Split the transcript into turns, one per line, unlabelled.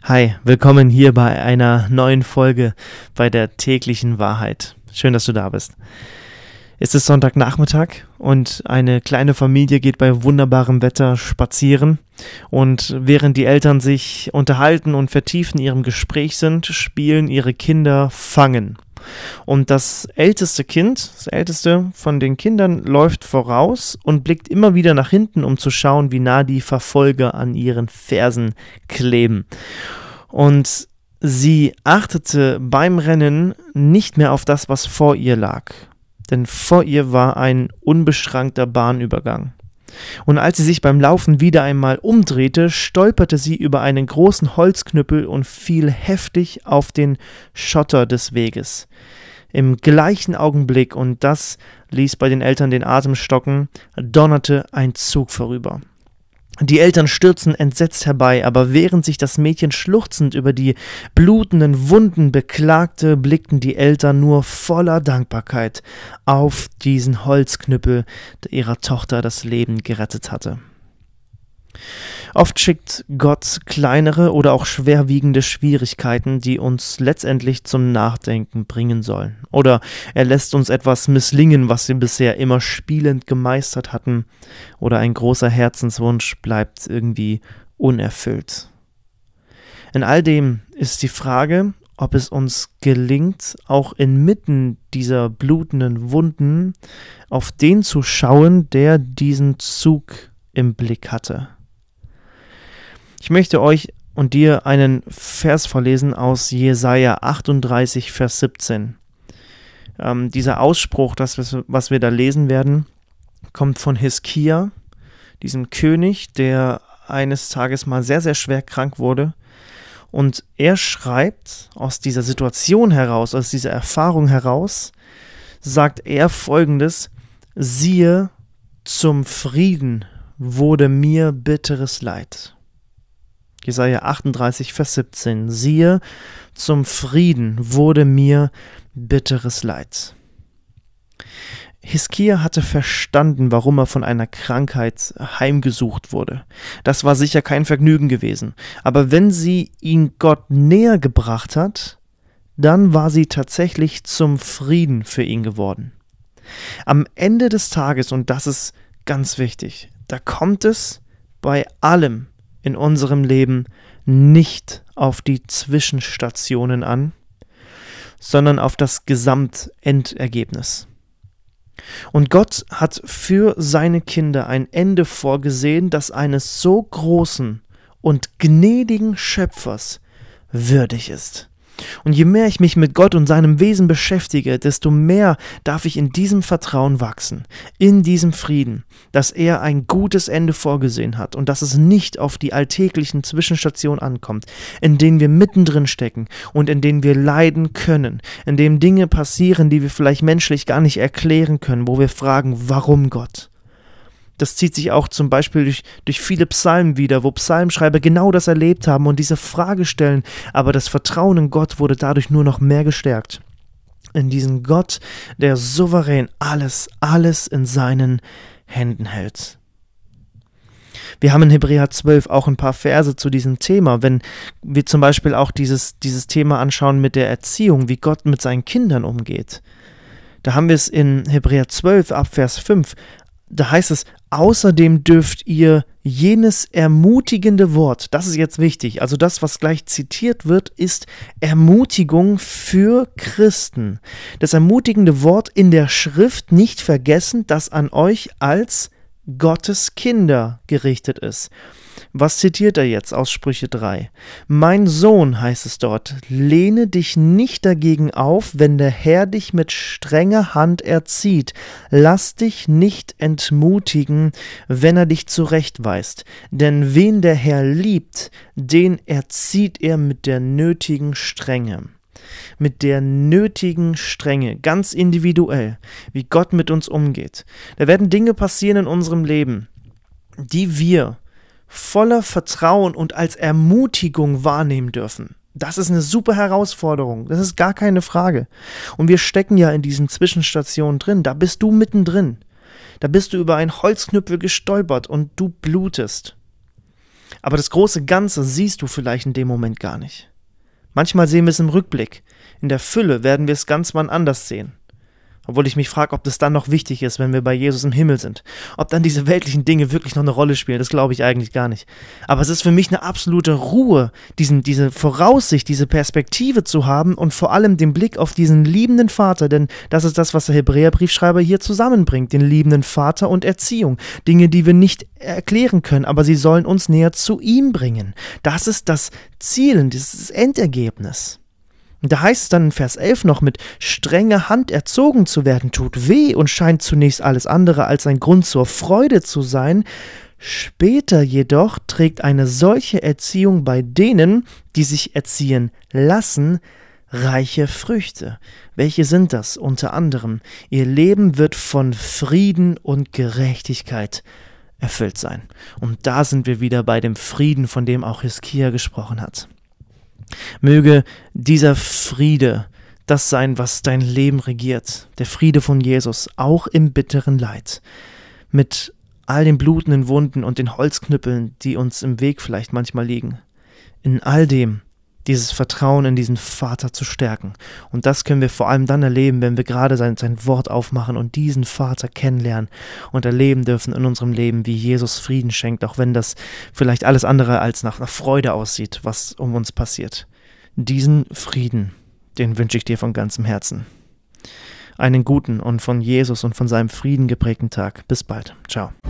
Hi, willkommen hier bei einer neuen Folge bei der täglichen Wahrheit. Schön, dass du da bist. Es ist Sonntagnachmittag und eine kleine Familie geht bei wunderbarem Wetter spazieren. Und während die Eltern sich unterhalten und vertieft in ihrem Gespräch sind, spielen ihre Kinder Fangen. Und das älteste von den Kindern, läuft voraus und blickt immer wieder nach hinten, um zu schauen, wie nah die Verfolger an ihren Fersen kleben. Und sie achtete beim Rennen nicht mehr auf das, was vor ihr lag, denn vor ihr war ein unbeschrankter Bahnübergang. Und als sie sich beim Laufen wieder einmal umdrehte, stolperte sie über einen großen Holzknüppel und fiel heftig auf den Schotter des Weges. Im gleichen Augenblick, und das ließ bei den Eltern den Atem stocken, donnerte ein Zug vorüber. Die Eltern stürzten entsetzt herbei, aber während sich das Mädchen schluchzend über die blutenden Wunden beklagte, blickten die Eltern nur voller Dankbarkeit auf diesen Holzknüppel, der ihrer Tochter das Leben gerettet hatte. Oft schickt Gott kleinere oder auch schwerwiegende Schwierigkeiten, die uns letztendlich zum Nachdenken bringen sollen. Oder er lässt uns etwas misslingen, was wir bisher immer spielend gemeistert hatten. Oder ein großer Herzenswunsch bleibt irgendwie unerfüllt. In all dem ist die Frage, ob es uns gelingt, auch inmitten dieser blutenden Wunden auf den zu schauen, der diesen Zug im Blick hatte. Ich möchte euch und dir einen Vers vorlesen aus Jesaja 38, Vers 17. Dieser Ausspruch, was wir da lesen werden, kommt von Hiskia, diesem König, der eines Tages mal sehr, sehr schwer krank wurde. Und er schreibt aus dieser Situation heraus, aus dieser Erfahrung heraus, sagt er Folgendes: Siehe, zum Frieden wurde mir bitteres Leid. Jesaja 38, Vers 17. Siehe, zum Frieden wurde mir bitteres Leid. Hiskia hatte verstanden, warum er von einer Krankheit heimgesucht wurde. Das war sicher kein Vergnügen gewesen. Aber wenn sie ihn Gott näher gebracht hat, dann war sie tatsächlich zum Frieden für ihn geworden. Am Ende des Tages, und das ist ganz wichtig, da kommt es bei allem in unserem Leben nicht auf die Zwischenstationen an, sondern auf das Gesamtendergebnis. Und Gott hat für seine Kinder ein Ende vorgesehen, das eines so großen und gnädigen Schöpfers würdig ist. Und je mehr ich mich mit Gott und seinem Wesen beschäftige, desto mehr darf ich in diesem Vertrauen wachsen, in diesem Frieden, dass er ein gutes Ende vorgesehen hat und dass es nicht auf die alltäglichen Zwischenstationen ankommt, in denen wir mittendrin stecken und in denen wir leiden können, in denen Dinge passieren, die wir vielleicht menschlich gar nicht erklären können, wo wir fragen, warum Gott? Das zieht sich auch zum Beispiel durch viele Psalmen wieder, wo Psalmschreiber genau das erlebt haben und diese Frage stellen, aber das Vertrauen in Gott wurde dadurch nur noch mehr gestärkt. In diesen Gott, der souverän alles in seinen Händen hält. Wir haben in Hebräer 12 auch ein paar Verse zu diesem Thema, wenn wir zum Beispiel auch dieses Thema anschauen mit der Erziehung, wie Gott mit seinen Kindern umgeht. Da haben wir es in Hebräer 12 ab Vers 5, da heißt es: Außerdem dürft ihr jenes ermutigende Wort, das ist jetzt wichtig, also das, was gleich zitiert wird, ist Ermutigung für Christen. Das ermutigende Wort in der Schrift nicht vergessen, das an euch als Gottes Kinder gerichtet ist. Was zitiert er jetzt aus Sprüche 3? Mein Sohn, heißt es dort, lehne dich nicht dagegen auf, wenn der Herr dich mit strenger Hand erzieht. Lass dich nicht entmutigen, wenn er dich zurechtweist. Denn wen der Herr liebt, den erzieht er mit der nötigen Strenge. Mit der nötigen Strenge, ganz individuell, wie Gott mit uns umgeht. Da werden Dinge passieren in unserem Leben, die wir voller Vertrauen und als Ermutigung wahrnehmen dürfen. Das ist eine super Herausforderung, das ist gar keine Frage. Und wir stecken ja in diesen Zwischenstationen drin, da bist du mittendrin. Da bist du über einen Holzknüppel gestolpert und du blutest. Aber das große Ganze siehst du vielleicht in dem Moment gar nicht. Manchmal sehen wir es im Rückblick. In der Fülle werden wir es ganz wann anders sehen. Obwohl ich mich frage, ob das dann noch wichtig ist, wenn wir bei Jesus im Himmel sind. Ob dann diese weltlichen Dinge wirklich noch eine Rolle spielen, das glaube ich eigentlich gar nicht. Aber es ist für mich eine absolute Ruhe, diese Voraussicht, diese Perspektive zu haben und vor allem den Blick auf diesen liebenden Vater, denn das ist das, was der Hebräerbriefschreiber hier zusammenbringt, den liebenden Vater und Erziehung. Dinge, die wir nicht erklären können, aber sie sollen uns näher zu ihm bringen. Das ist das Ziel, das ist das Endergebnis. Und da heißt es dann in Vers 11 noch, mit strenger Hand erzogen zu werden, tut weh und scheint zunächst alles andere als ein Grund zur Freude zu sein. Später jedoch trägt eine solche Erziehung bei denen, die sich erziehen lassen, reiche Früchte. Welche sind das? Unter anderem, ihr Leben wird von Frieden und Gerechtigkeit erfüllt sein. Und da sind wir wieder bei dem Frieden, von dem auch Hiskia gesprochen hat. Möge dieser Friede das sein, was dein Leben regiert, der Friede von Jesus, auch im bitteren Leid, mit all den blutenden Wunden und den Holzknüppeln, die uns im Weg vielleicht manchmal liegen. In all dem dieses Vertrauen in diesen Vater zu stärken. Und das können wir vor allem dann erleben, wenn wir gerade sein Wort aufmachen und diesen Vater kennenlernen und erleben dürfen in unserem Leben, wie Jesus Frieden schenkt, auch wenn das vielleicht alles andere als nach Freude aussieht, was um uns passiert. Diesen Frieden, den wünsche ich dir von ganzem Herzen. Einen guten und von Jesus und von seinem Frieden geprägten Tag. Bis bald. Ciao.